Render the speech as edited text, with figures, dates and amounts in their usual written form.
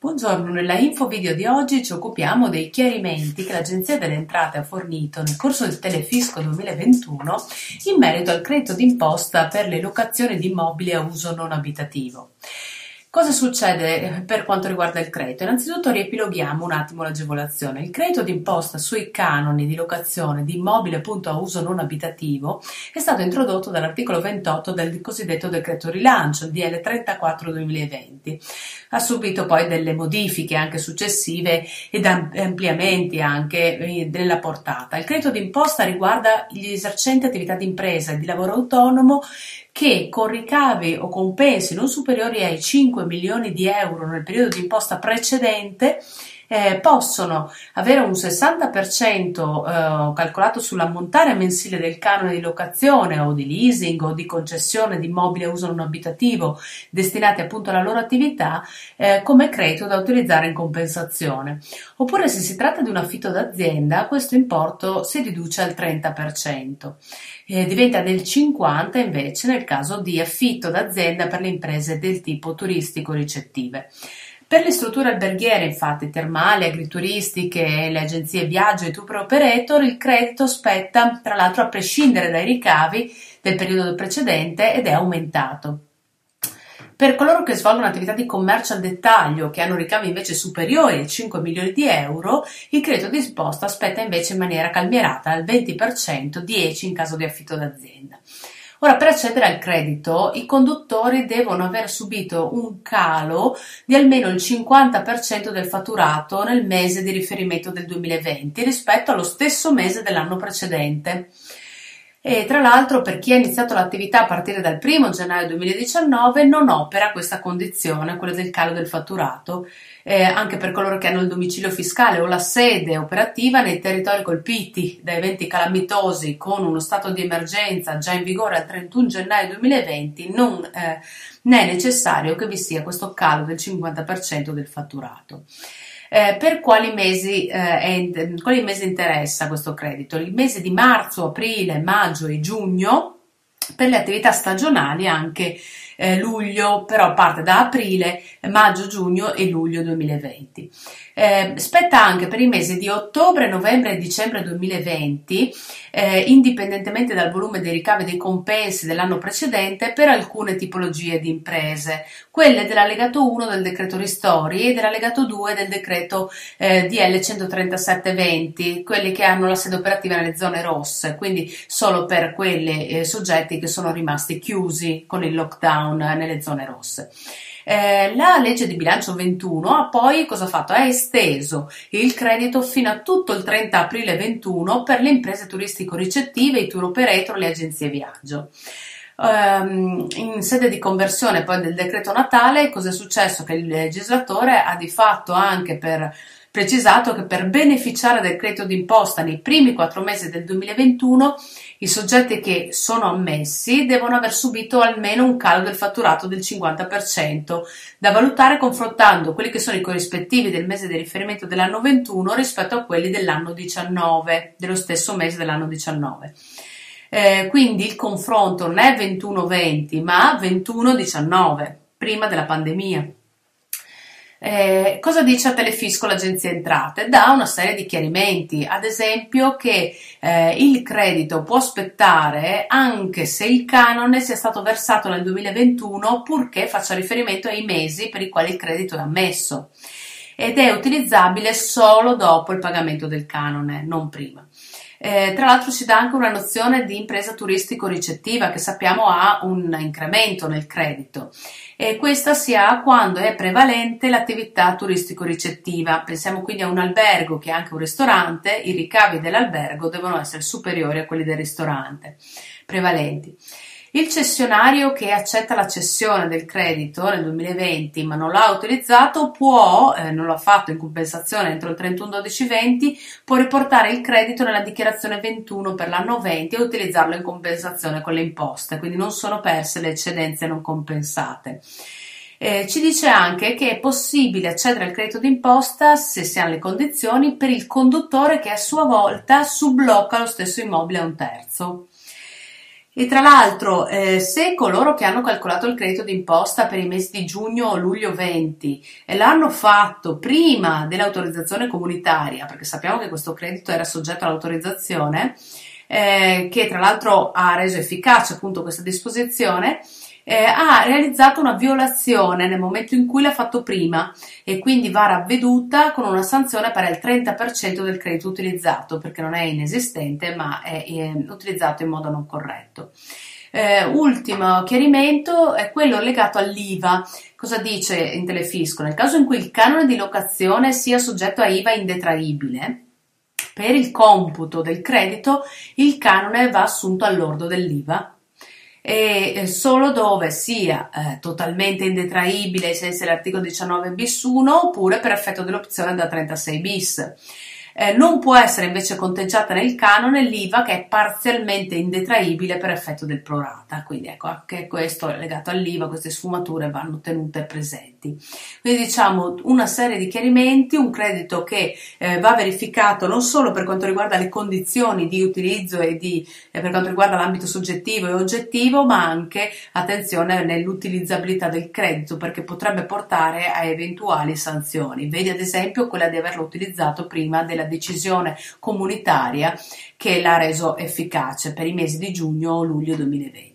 Buongiorno, nella info video di oggi ci occupiamo dei chiarimenti che l'Agenzia delle Entrate ha fornito nel corso del Telefisco 2021 in merito al credito d'imposta per le locazioni di immobili a uso non abitativo. Cosa succede per quanto riguarda il credito? Innanzitutto riepiloghiamo un attimo l'agevolazione. Il credito d'imposta sui canoni di locazione di immobile appunto a uso non abitativo è stato introdotto dall'articolo 28 del cosiddetto decreto rilancio, il DL 34/2020. Ha subito poi delle modifiche anche successive ed ampliamenti anche della portata. Il credito d'imposta riguarda gli esercenti attività di impresa e di lavoro autonomo che con ricavi o compensi non superiori ai 5 milioni di euro nel periodo di imposta precedente possono avere un 60% calcolato sull'ammontare mensile del canone di locazione o di leasing o di concessione di immobili a uso non abitativo destinati appunto alla loro attività come credito da utilizzare in compensazione. Oppure se si tratta di un affitto d'azienda, questo importo si riduce al 30%. Diventa del 50% invece nel caso di affitto d'azienda per le imprese del tipo turistico-ricettive. Per le strutture alberghiere, infatti, termali, agrituristiche, le agenzie viaggio e tour operator, il credito spetta, tra l'altro, a prescindere dai ricavi del periodo precedente ed è aumentato. Per coloro che svolgono attività di commercio al dettaglio, che hanno ricavi invece superiori ai 5 milioni di euro, il credito d'imposta spetta invece in maniera calmierata al 20%, 10% in caso di affitto d'azienda. Ora, per accedere al credito, i conduttori devono aver subito un calo di almeno il 50% del fatturato nel mese di riferimento del 2020 rispetto allo stesso mese dell'anno precedente. E tra l'altro per chi ha iniziato l'attività a partire dal 1 gennaio 2019 non opera questa condizione, quella del calo del fatturato, anche per coloro che hanno il domicilio fiscale o la sede operativa nei territori colpiti da eventi calamitosi con uno stato di emergenza già in vigore al 31 gennaio 2020 non è necessario che vi sia questo calo del 50% del fatturato. Per quali mesi interessa questo credito? Il mese di marzo, aprile, maggio e giugno, per le attività stagionali anche luglio, però parte da aprile, maggio, giugno e luglio 2020. Spetta anche per i mesi di ottobre, novembre e dicembre 2020, indipendentemente dal volume dei ricavi e dei compensi dell'anno precedente, per alcune tipologie di imprese, quelle dell'allegato 1 del decreto ristori e dell'allegato 2 del decreto DL 137/20, quelli che hanno la sede operativa nelle zone rosse, quindi solo per quelle soggetti che sono rimasti chiusi con il lockdown nelle zone rosse. La legge di bilancio 21 ha poi cosa fatto? Ha esteso il credito fino a tutto il 30 aprile 21 per le imprese turistico-ricettive, i tour operator, le agenzie viaggio. In sede di conversione poi del decreto Natale, cosa è successo? Che il legislatore ha di fatto anche precisato che per beneficiare del credito d'imposta nei primi 4 mesi del 2021 i soggetti che sono ammessi devono aver subito almeno un calo del fatturato del 50%, da valutare confrontando quelli che sono i corrispettivi del mese di riferimento dell'anno 21 rispetto a quelli dell'anno 19, dello stesso mese dell'anno 19. Quindi il confronto non è 21-20 ma 21-19, prima della pandemia. Cosa dice a Telefisco l'Agenzia Entrate? Dà una serie di chiarimenti, ad esempio che il credito può spettare anche se il canone sia stato versato nel 2021 purché faccia riferimento ai mesi per i quali il credito è ammesso ed è utilizzabile solo dopo il pagamento del canone, non prima. Tra l'altro si dà anche una nozione di impresa turistico-ricettiva che sappiamo ha un incremento nel credito e questa si ha quando è prevalente l'attività turistico-ricettiva. Pensiamo quindi a un albergo che è anche un ristorante, i ricavi dell'albergo devono essere superiori a quelli del ristorante, prevalenti. Il cessionario che accetta la cessione del credito nel 2020 ma non l'ha utilizzato non l'ha fatto in compensazione entro il 31/12/20, può riportare il credito nella dichiarazione 21 per l'anno 20 e utilizzarlo in compensazione con le imposte, quindi non sono perse le eccedenze non compensate. Ci dice anche che è possibile accedere al credito d'imposta, se si hanno le condizioni, per il conduttore che a sua volta subblocca lo stesso immobile a un terzo. E tra l'altro, se coloro che hanno calcolato il credito d'imposta per i mesi di giugno o luglio 20 l'hanno fatto prima dell'autorizzazione comunitaria, perché sappiamo che questo credito era soggetto all'autorizzazione, che tra l'altro ha reso efficace appunto questa disposizione, ha realizzato una violazione nel momento in cui l'ha fatto prima e quindi va ravveduta con una sanzione per il 30% del credito utilizzato, perché non è inesistente ma è utilizzato in modo non corretto. Ultimo chiarimento è quello legato all'IVA. Cosa dice in Telefisco? Nel caso in cui il canone di locazione sia soggetto a IVA indetraibile, per il computo del credito il canone va assunto al lordo dell'IVA e solo dove sia totalmente indetraibile ai sensi dell'articolo 19 bis 1 oppure per effetto dell'opzione da 36 bis. Non può essere invece conteggiata nel canone l'IVA che è parzialmente indetraibile per effetto del prorata, quindi ecco anche questo legato all'IVA, queste sfumature vanno tenute presenti. Quindi diciamo una serie di chiarimenti, un credito che va verificato non solo per quanto riguarda le condizioni di utilizzo e per quanto riguarda l'ambito soggettivo e oggettivo, ma anche attenzione nell'utilizzabilità del credito perché potrebbe portare a eventuali sanzioni. Vedi ad esempio quella di averlo utilizzato prima della decisione comunitaria che l'ha reso efficace per i mesi di giugno o luglio 2020.